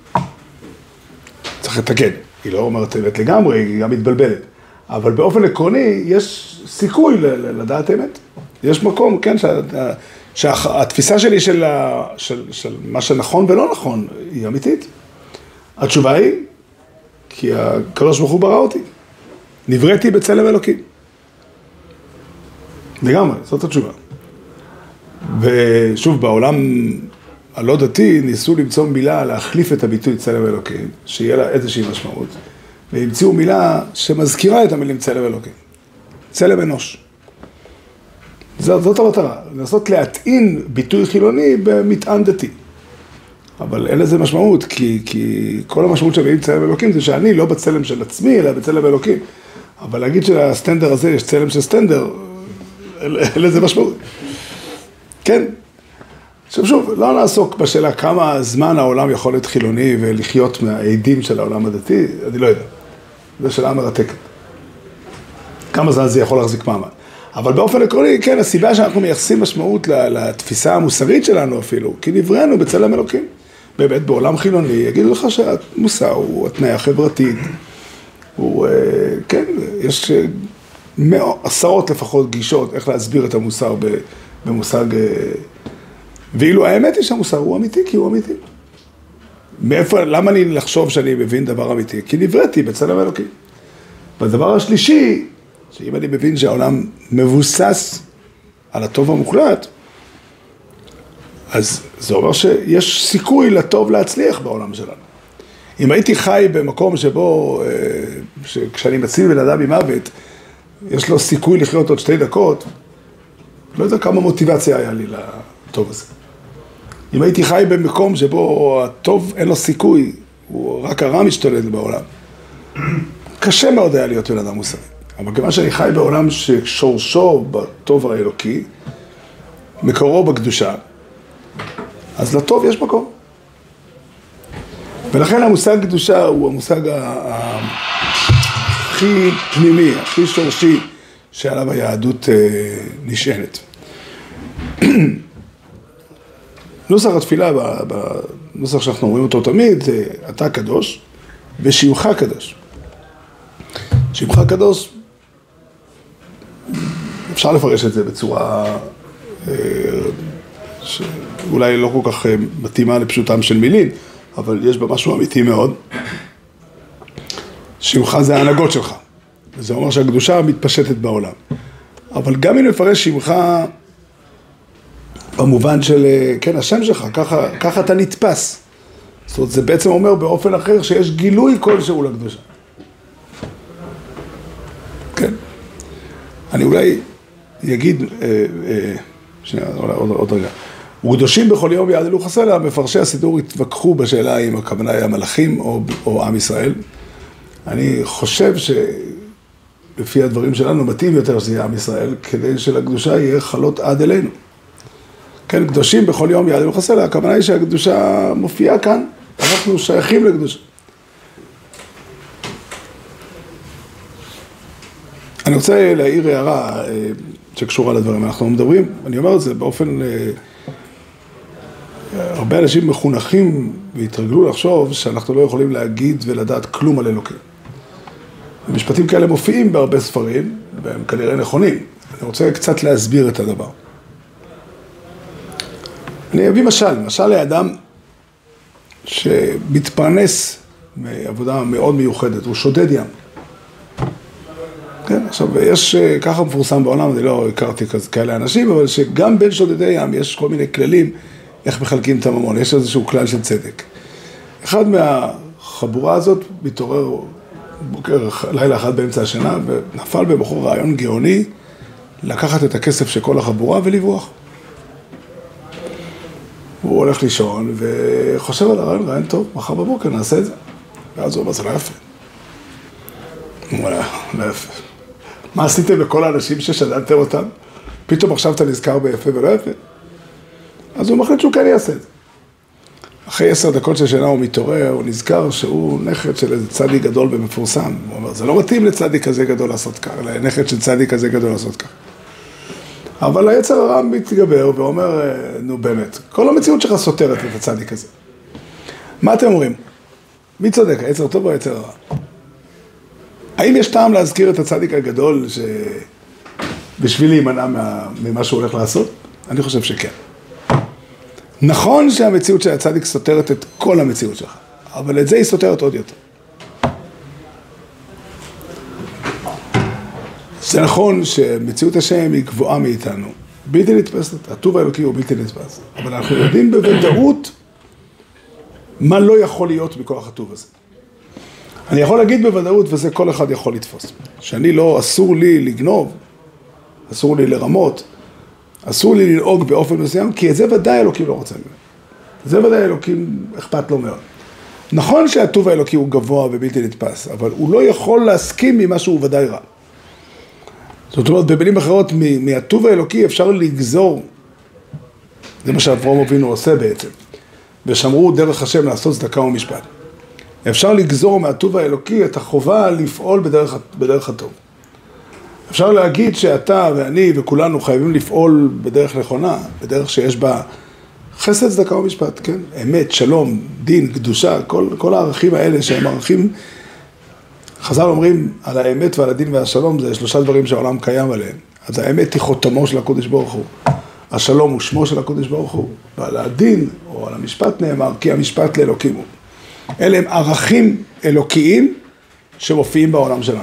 [SPEAKER 1] צריך לתקן. היא לא אומרת אמת לגמרי, היא גם מתבלבלת. אבל באופן עקרוני יש סיכוי לדעת אמת. יש מקום, כן, שה, שהתפיסה שלי של, של, של מה שנכון ולא נכון היא אמיתית. התשובה היא, כי הקדוש ברוך הוא ברא אותי. נבראתי בצלם אלוקים. לגמרי, זאת התשובה. ושוב, בעולם הלא דתי ניסו למצוא מילה להחליף את הביטוי צלם אלוקים, שיהיה לה איזושהי משמעות, והמציאו מילה שמזכירה את המילים צלם אלוקים. צלם אנוש. זאת, זאת המטרה, לנסות להטעין ביטוי חילוני במטען דתי. אבל אין לזה משמעות, כי, כי כל המשמעות של המילים צלם אלוקים זה שאני לא בצלם של עצמי, אלא בצלם אלוקים. אבל להגיד שלסטנדר הזה יש צלם של סטנדר, אין לזה משמעות. כן. עכשיו שוב, לא נעסוק בשאלה כמה זמן העולם יכול להיות חילוני ולחיות מהעדים של העולם הדתי, אני לא יודע. זו שאלה מרתקת. כמה זמן זה יכול להחזיק מעמד. אבל באופן עקרוני, כן, הסיבה שאנחנו מייחסים משמעות לתפיסה המוסרית שלנו אפילו, כי נבראנו בצלם אלוקים. באמת, בעולם חילוני, יגידו לך שהמוסר הוא התניה חברתית, הוא, כן, יש מאות, עשרות לפחות גישות איך להסביר את המוסר במושג, ואילו האמת היא שהמוסר הוא אמיתי, כי הוא אמיתי. מאיפה, למה אני לחשוב שאני מבין דבר אמיתי? כי נבראתי בצלם אלוקים. והדבר השלישי, שאם אני מבין שהעולם מבוסס על הטוב המוחלט, אז זה אומר שיש סיכוי לטוב להצליח בעולם שלנו. אם הייתי חי במקום שבו, כשאני מציל בן אדם ממוות, יש לו סיכוי לחיות עוד שתי דקות, לא יודע כמה מוטיבציה היה לי לטוב הזה. אם הייתי חי במקום שבו הטוב אין לו סיכוי, הוא רק הרע משתולט בעולם, קשה מאוד היה להיות בן אדם מוסרי. אבל כיוון שאני חי בעולם ששורשו בטוב האלוקי, מקורו בקדושה, אז לטוב יש מקום. ולכן המושג קדושה הוא המושג הכי פנימי, הכי שורשי, שעליו היהדות נשענת. נוסח התפילה, בנוסח שאנחנו רואים אותו תמיד, זה אתה קדוש ושמך קדוש. שמך קדוש, אפשר לפרש את זה בצורה שאולי לא כל כך מתאימה לפשוטם של מילים, אבל יש בה משהו אמיתי מאוד. שמך זה ההנהגות שלך. וזה אומר שהקדושה מתפשטת בעולם. אבל גם אם נפרש שמך במובן של, כן, השם שלך, ככה, ככה אתה נתפס. זאת אומרת, זה בעצם אומר באופן אחר שיש גילוי כלשהו לקדושה. כן. אני אולי אגיד, אה, אה, שנייה, עוד, עוד רגע. וקדושים בכל יום יעדלוך הסלע, מפרשי הסידור התווכחו בשאלה אם הכוונה היא המלאכים או, או עם ישראל. אני חושב שלפי הדברים שלנו מתאים יותר שזה יהיה עם ישראל, כדי שלקדושה יהיה חלות עד אלינו. כן, קדושים בכל יום יעדלוך הסלע, הכוונה היא שהקדושה מופיעה כאן, אנחנו שייכים לקדושה. אני רוצה להעיר הערה שקשורה לדברים. אנחנו מדברים, אני אומר את זה באופן, הרבה אנשים מחונכים והתרגלו לחשוב שאנחנו לא יכולים להגיד ולדעת כלום על אלוקים. המשפטים כאלה מופיעים בהרבה ספרים, והם כנראה נכונים. אני רוצה קצת להסביר את הדבר. אני אביא משל, משל לאדם שמתפרנס מעבודה מאוד מיוחדת, הוא שודד ים. כן, עכשיו, יש ככה מפורסם בעולם, אני לא הכרתי כאלה אנשים, אבל שגם בין שודדי ים יש כל מיני כללים איך מחלקים את הממון, יש איזשהו כלל של צדק. אחד מהחבורה הזאת מתעורר בוקר, לילה אחד באמצע השנה, ונפל במחור רעיון גאוני לקחת את הכסף של כל החבורה ולברוח. הוא הולך לישון וחושב על הרעיון, רעיון טוב, מחר בבוקר נעשה את זה. ואז הוא אומר, זה לא יפה. הוא אומר, לא יפה. מה עשיתם לכל האנשים ששדדתם אותם? פתאום עכשיו אתה נזכר ביפה ולא יפה. אז הוא מחליט שהוא כן יעשה את זה. אחרי עשר דקות של שינה הוא מתעורר, הוא נזכר שהוא נכד של איזה צדיק גדול ומפורסם. הוא אומר, זה לא מתאים לצדיק כזה גדול לעשות כך, לנכד של צדיק כזה גדול לעשות כך. אבל היצר הרע מתגבר ואומר, נו באמת, כל המציאות שלך סותרת את הצדיק הזה. מה אתם אומרים? מי צודק, היצר טוב או היצר הרע? האם יש טעם להזכיר את הצדיק הגדול שבשביל להימנע ממה שהוא הולך לעשות? אני חושב שכן. נכון שהמציאות של הצדיק סותרת את כל המציאות שלך, אבל את זה היא סותרת עוד יותר. זה נכון שמציאות השם היא גבוהה מאיתנו, בלתי נתפסת, הטוב האלוקי הוא בלתי נתפס, אבל אנחנו יודעים בוודאות מה לא יכול להיות בכוח הטוב הזה. אני יכול להגיד בוודאות, וזה כל אחד יכול לתפוס, שאני לא, אסור לי לגנוב, אסור לי לרמות, אסור לי לנהוג באופן מסוים, כי את זה ודאי אלוקים לא רוצה ממנו. זה ודאי אלוקים אכפת לו מאוד. נכון שהטוב האלוקי הוא גבוה ובלתי נתפס, אבל הוא לא יכול להסכים ממה שהוא ודאי רע. זאת אומרת, במילים אחרות, מהטוב האלוקי אפשר לגזור, זה מה שאברהם אבינו עושה בעצם, ושמרו דרך השם לעשות צדקה ומשפט. אפשר לגזור מהטוב האלוקי את החובה לפעול בדרך, בדרך הטוב. אפשר להגיד שאתה ואני וכולנו חייבים לפעול בדרך נכונה, בדרך שיש בה חסד, צדקה ומשפט, כן? אמת, שלום, דין, קדושה, כל, כל הערכים האלה שהם ערכים, חז"ל אומרים על האמת ועל הדין והשלום, זה שלושה דברים שהעולם קיים עליהם. אז האמת היא חותמו של הקודש ברוך הוא, השלום הוא שמו של הקודש ברוך הוא, ועל הדין או על המשפט נאמר, כי המשפט לאלוקים הוא. אלה הם ערכים אלוקיים שמופיעים בעולם שלנו.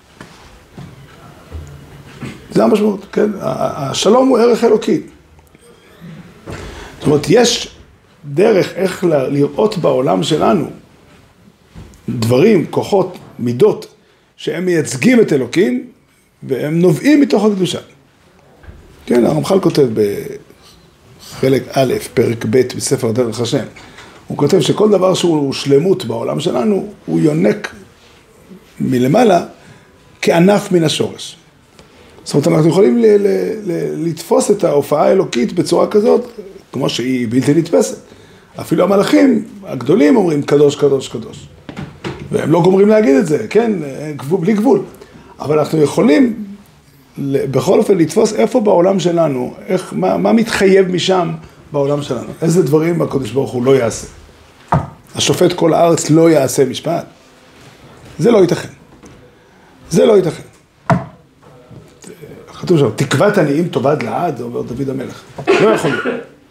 [SPEAKER 1] זה המשמעות, כן? השלום הוא ערך אלוקי. זאת אומרת, יש דרך איך לראות בעולם שלנו דברים, כוחות, מידות, שהם מייצגים את אלוקים, והם נובעים מתוך הקדושה. כן, הרמח"ל כותב בחלק א', פרק ב' בספר דרך השם, הוא כותב שכל דבר שהוא שלמות בעולם שלנו, הוא יונק מלמעלה כענף מן השורש. זאת אומרת, אנחנו יכולים ל- ל- ל- לתפוס את ההופעה האלוקית בצורה כזאת, כמו שהיא בלתי נתפסת. אפילו המלאכים הגדולים אומרים קדוש, קדוש, קדוש. והם לא גומרים להגיד את זה, כן? גבול, בלי גבול. אבל אנחנו יכולים בכל אופן לתפוס איפה בעולם שלנו, איך, מה, מה מתחייב משם בעולם שלנו. איזה דברים הקדוש ברוך הוא לא יעשה. השופט כל הארץ לא יעשה משפט. זה לא ייתכן. זה לא ייתכן. כתוב שם, תקוות עניים תאבד לעד, אומר דוד המלך. לא יכול להיות.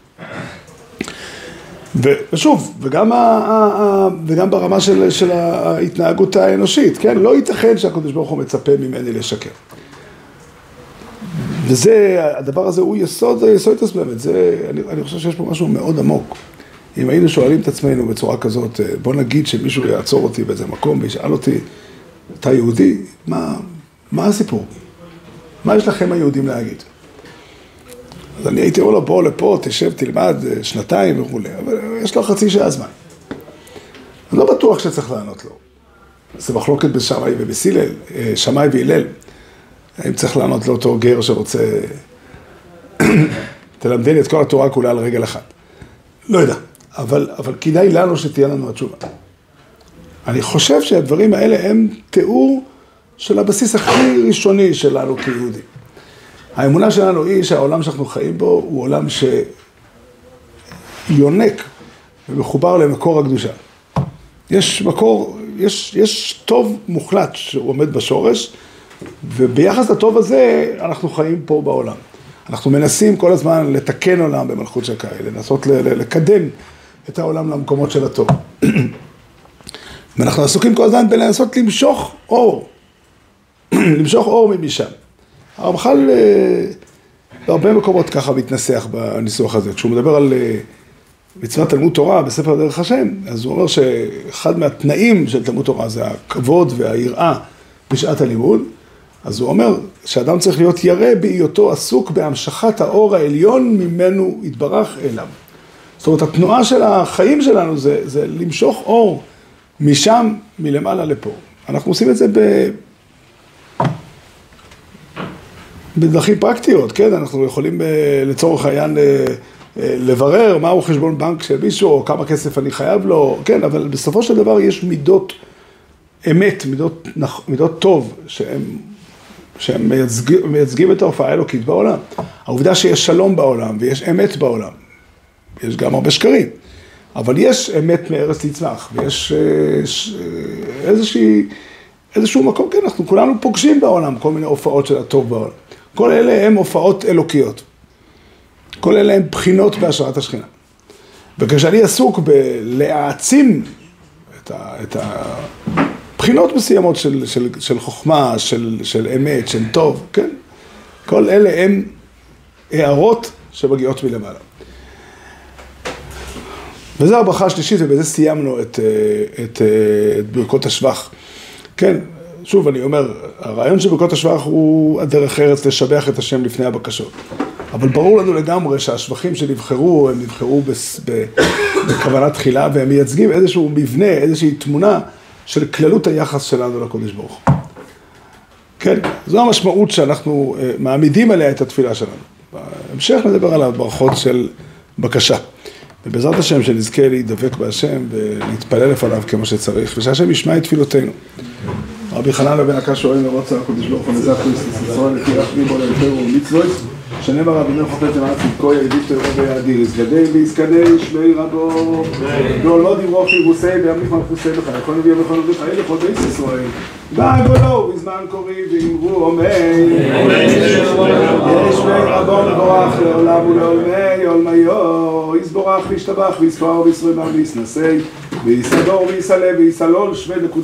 [SPEAKER 1] ושוב, וגם, ה, ה, ה, וגם ברמה של, של ההתנהגות האנושית, כן? לא ייתכן שהקדוש ברוך הוא מצפה ממני לשקר. וזה, הדבר הזה הוא יסוד, זה יסוד את באמת. זה, אני, אני חושב שיש פה משהו מאוד עמוק. אם היינו שואלים את עצמנו בצורה כזאת, בוא נגיד שמישהו יעצור אותי באיזה מקום וישאל אותי, אתה יהודי? מה, מה הסיפור? מה יש לכם היהודים להגיד? אז אני הייתי אומר לו, בוא לפה, תשב, תלמד שנתיים וכו', אבל יש לו חצי שעה זמן. אני לא בטוח שצריך לענות לו. זה מחלוקת בשמאי ובסילל, שמאי והילל. האם צריך לענות לאותו גר שרוצה, תלמדני את כל התורה כולה על רגל אחת. לא יודע, אבל, אבל כדאי לנו שתהיה לנו התשובה. אני חושב שהדברים האלה הם תיאור של הבסיס הכי ראשוני שלנו כיהודים. האמונה שלנו היא שהעולם שאנחנו חיים בו הוא עולם שיונק ומחובר למקור הקדושה. יש מקור, יש, יש טוב מוחלט שהוא עומד בשורש, וביחס לטוב הזה אנחנו חיים פה בעולם. אנחנו מנסים כל הזמן לתקן עולם במלכות שקאי, לנסות לקדם את העולם למקומות של הטוב. ואנחנו עסוקים כל הזמן בלנסות למשוך אור, למשוך אור ממשם. הרמח"ל בהרבה מקומות ככה מתנסח בניסוח הזה. כשהוא מדבר על מצוות תלמוד תורה בספר דרך השם, אז הוא אומר שאחד מהתנאים של תלמוד תורה זה הכבוד והיראה בשעת הלימוד. אז הוא אומר שאדם צריך להיות ירא בהיותו עסוק בהמשכת האור העליון ממנו יתברך אליו. זאת זאת אומרת, התנועה של החיים שלנו זה, זה למשוך אור משם, מלמעלה לפה. אנחנו עושים את זה ב... בדרכים פרקטיות, כן? אנחנו יכולים לצורך העניין לברר מהו חשבון בנק של מישהו, או כמה כסף אני חייב לו, כן? אבל בסופו של דבר יש מידות אמת, מידות, מידות טוב, שהם, שהם מייצגים, מייצגים את ההופעה האלוקית בעולם. העובדה שיש שלום בעולם ויש אמת בעולם. יש גם הרבה שקרים, אבל יש אמת מארץ תצמח, ויש איזושהי, איזשהו מקום, כן, אנחנו כולנו פוגשים בעולם כל מיני הופעות של הטוב בעולם. כל אלה הם הופעות אלוקיות. כל אלה הם בחינות בהשראת השכינה. וכשאני עסוק בלהעצים את, ה, את הבחינות מסוימות של, של, של חוכמה, של, של אמת, של טוב, כן? כל אלה הם הערות שמגיעות מלמעלה. וזו הברכה השלישית, ובזה סיימנו את, את, את ברכות השבח. כן, שוב אני אומר, הרעיון של ברכות השבח הוא הדרך ארץ לשבח את השם לפני הבקשות. אבל ברור לנו לגמרי שהשבחים שנבחרו, הם נבחרו בס, ב, בכוונה תחילה, והם מייצגים איזשהו מבנה, איזושהי תמונה של כללות היחס שלנו לקודש ברוך. כן, זו המשמעות שאנחנו מעמידים עליה את התפילה שלנו. בהמשך נדבר על הברכות של בקשה. ובעזרת השם שנזכה להידבק בהשם ולהתפלל לפניו כמו שצריך, ושהשם ישמע את תפילותינו. רבי חנן בן עקש שואל לרוץ על הקודש ברוך הוא נזק וישראל לפי רחמים בו להיפרו ומצוות, שנאמר רבי נר חוטאת למעט צדקו ידיד תארו ויאדיר, יסגדי ויסגדי שמי רבו, גאולו דברו חיבוסי בימיך מלכוסי בך, יכולנו ביום יכולנו בחיי לכבודי ישראל, גאולו בזמן קורי ואמרו עומי, יש מי רבו מבורך לעולם ולעולמי עולמיו, יסבורך וישתבח ויספר וישראל ויסנסי, ויסדור ויסלה ויסלול שווה נקודה